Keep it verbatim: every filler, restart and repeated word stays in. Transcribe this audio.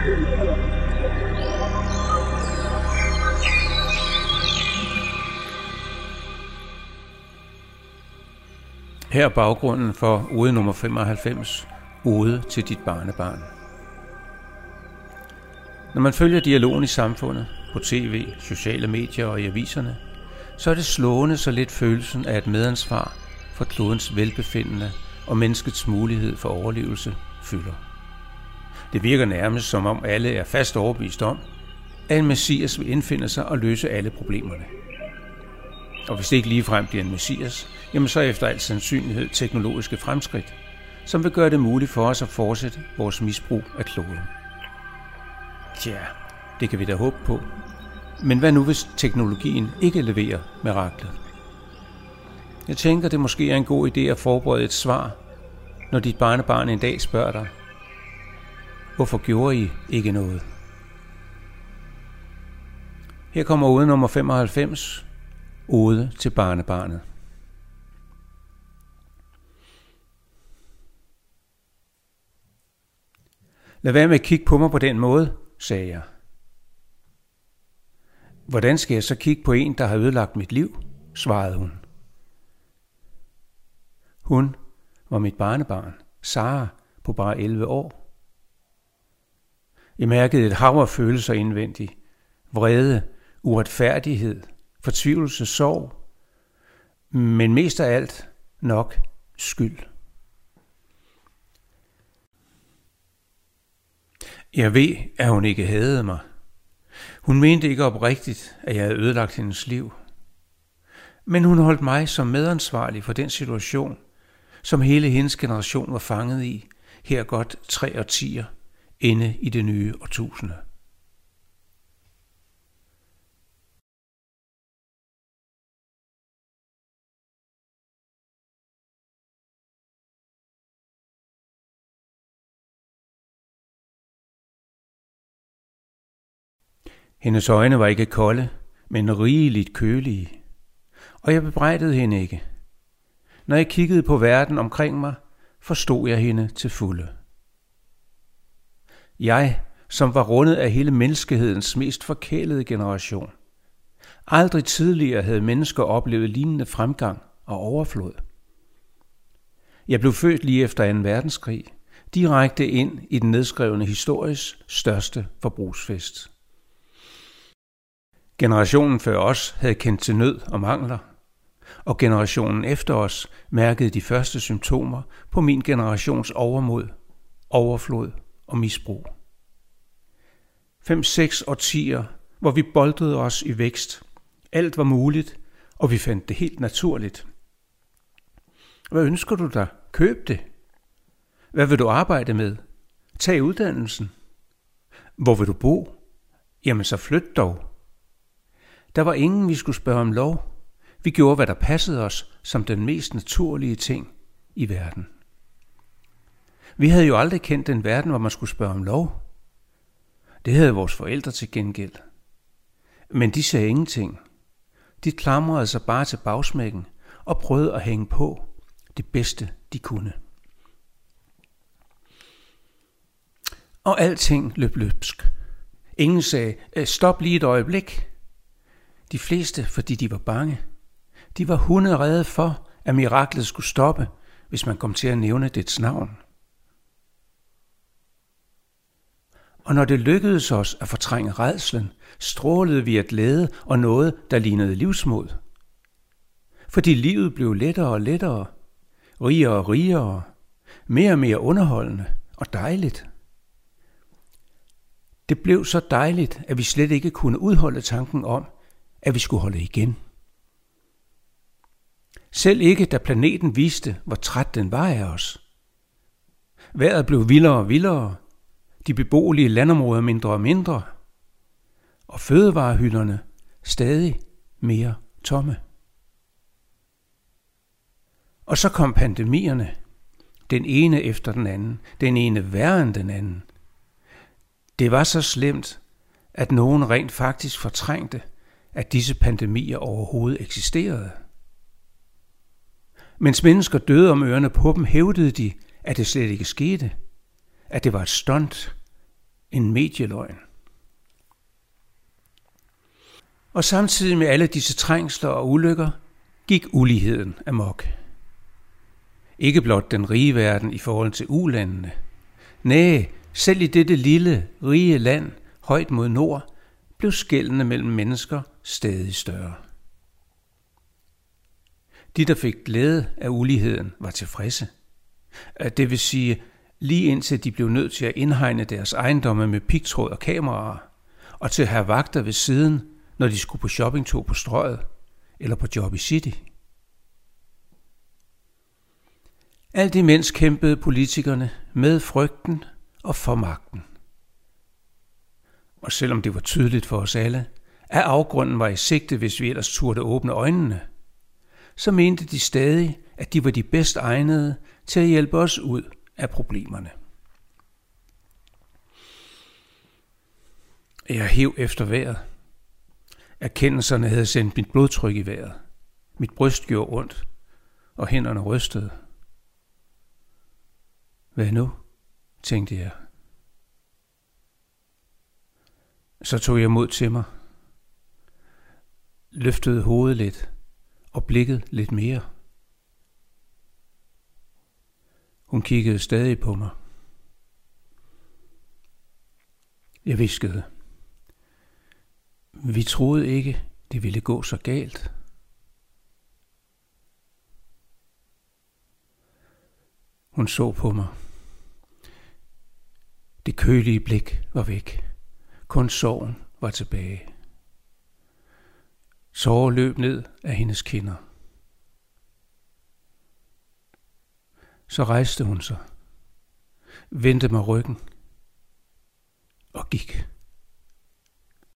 Her er baggrunden for ode nummer femoghalvfems, ode til dit barnebarn. Når man følger dialogen i samfundet, på tv, sociale medier og i aviserne, så er det slående så lidt følelsen af et medansvar for klodens velbefindende og menneskets mulighed for overlevelse fylder. Det virker nærmest som om alle er fast overbevist om, at en messias vil indfinde sig og løse alle problemerne. Og hvis det ikke ligefrem bliver en messias, jamen så efter al sandsynlighed teknologiske fremskridt, som vil gøre det muligt for os at fortsætte vores misbrug af kloden. Tja, det kan vi da håbe på. Men hvad nu, hvis teknologien ikke leverer miraklet? Jeg tænker, det måske er en god idé at forberede et svar, når dit barnebarn en dag spørger dig, hvorfor gjorde I ikke noget? Her kommer ode nummer femoghalvfems, ode til barnebarnet. Lad være med at kigge på mig på den måde, sagde jeg. Hvordan skal jeg så kigge på en, der har ødelagt mit liv, svarede hun. Hun var mit barnebarn, Sara, på bare elleve år. Jeg mærkede et hav af følelser indvendigt. Vrede, uretfærdighed, fortvivlelse, sorg, men mest af alt nok skyld. Jeg ved, at hun ikke hadede mig. Hun mente ikke oprigtigt, at jeg havde ødelagt hendes liv. Men hun holdt mig som medansvarlig for den situation, som hele hendes generation var fanget i, her godt tre årtier inde i det nye årtusinde. Hendes øjne var ikke kolde, men rigeligt kølige, og jeg bebrejdede hende ikke. Når jeg kiggede på verden omkring mig, forstod jeg hende til fulde. Jeg, som var rundet af hele menneskehedens mest forkælede generation. Aldrig tidligere havde mennesker oplevet lignende fremgang og overflod. Jeg blev født lige efter anden verdenskrig, direkte ind i den nedskrevne histories største forbrugsfest. Generationen før os havde kendt til nød og mangler, og generationen efter os mærkede de første symptomer på min generations overmod, overflod og misbrug. Fem-seks årtier, hvor vi boltede os i vækst. Alt var muligt, og vi fandt det helt naturligt. Hvad ønsker du dig? Køb det. Hvad vil du arbejde med? Tag uddannelsen. Hvor vil du bo? Jamen så flyt dog. Der var ingen, vi skulle spørge om lov. Vi gjorde, hvad der passede os som den mest naturlige ting i verden. Vi havde jo aldrig kendt den verden, hvor man skulle spørge om lov. Det havde vores forældre til gengæld. Men de sagde ingenting. De klamrede sig bare til bagsmækken og prøvede at hænge på det bedste, de kunne. Og alting løb løbsk. Ingen sagde, stop lige et øjeblik. De fleste, fordi de var bange. De var hunderede for, at miraklet skulle stoppe, hvis man kom til at nævne dets navn. Og når det lykkedes os at fortrænge rædslen, strålede vi af glæde og noget, der lignede livsmod. Fordi livet blev lettere og lettere, rigere og rigere, mere og mere underholdende og dejligt. Det blev så dejligt, at vi slet ikke kunne udholde tanken om, at vi skulle holde igen. Selv ikke, da planeten viste, hvor træt den var af os. Vejret blev vildere og vildere, de beboelige landområder mindre og mindre, og fødevarehylderne stadig mere tomme. Og så kom pandemierne, den ene efter den anden, den ene værre end den anden. Det var så slemt, at nogen rent faktisk fortrængte, at disse pandemier overhovedet eksisterede. Mens mennesker døde om ørerne på dem, hævdede de, at det slet ikke skete, at det var et stunt, En medieløgn. Og samtidig med alle disse trængsler og ulykker, gik uligheden amok. Ikke blot den rige verden i forhold til ulandene. Næh, selv i dette lille, rige land, højt mod nord, blev skellene mellem mennesker stadig større. De, der fik glæde af uligheden, var tilfredse. Det vil sige, lige indtil de blev nødt til at indhegne deres ejendomme med pigtråd og kameraer, og til at have vagter ved siden, når de skulle på shoppingtur på Strøget eller på job i City. Alt imens kæmpede politikerne med frygten og for magten. Og selvom det var tydeligt for os alle, at afgrunden var i sigte, hvis vi ellers turde åbne øjnene, så mente de stadig, at de var de bedst egnede til at hjælpe os ud af problemerne. Jeg hev efter vejret. Erkendelserne havde sendt mit blodtryk i vejret. Mit bryst gjorde ondt, og hænderne rystede. Hvad nu? Tænkte jeg. Så tog jeg mod til mig, løftede hovedet lidt og blikket lidt mere. Hun kiggede stadig på mig. Jeg hviskede. Vi troede ikke, det ville gå så galt. Hun så på mig. Det kølige blik var væk. Kun sorgen var tilbage. Tårer løb ned af hendes kinder. Så rejste hun sig, vendte mig ryggen og gik.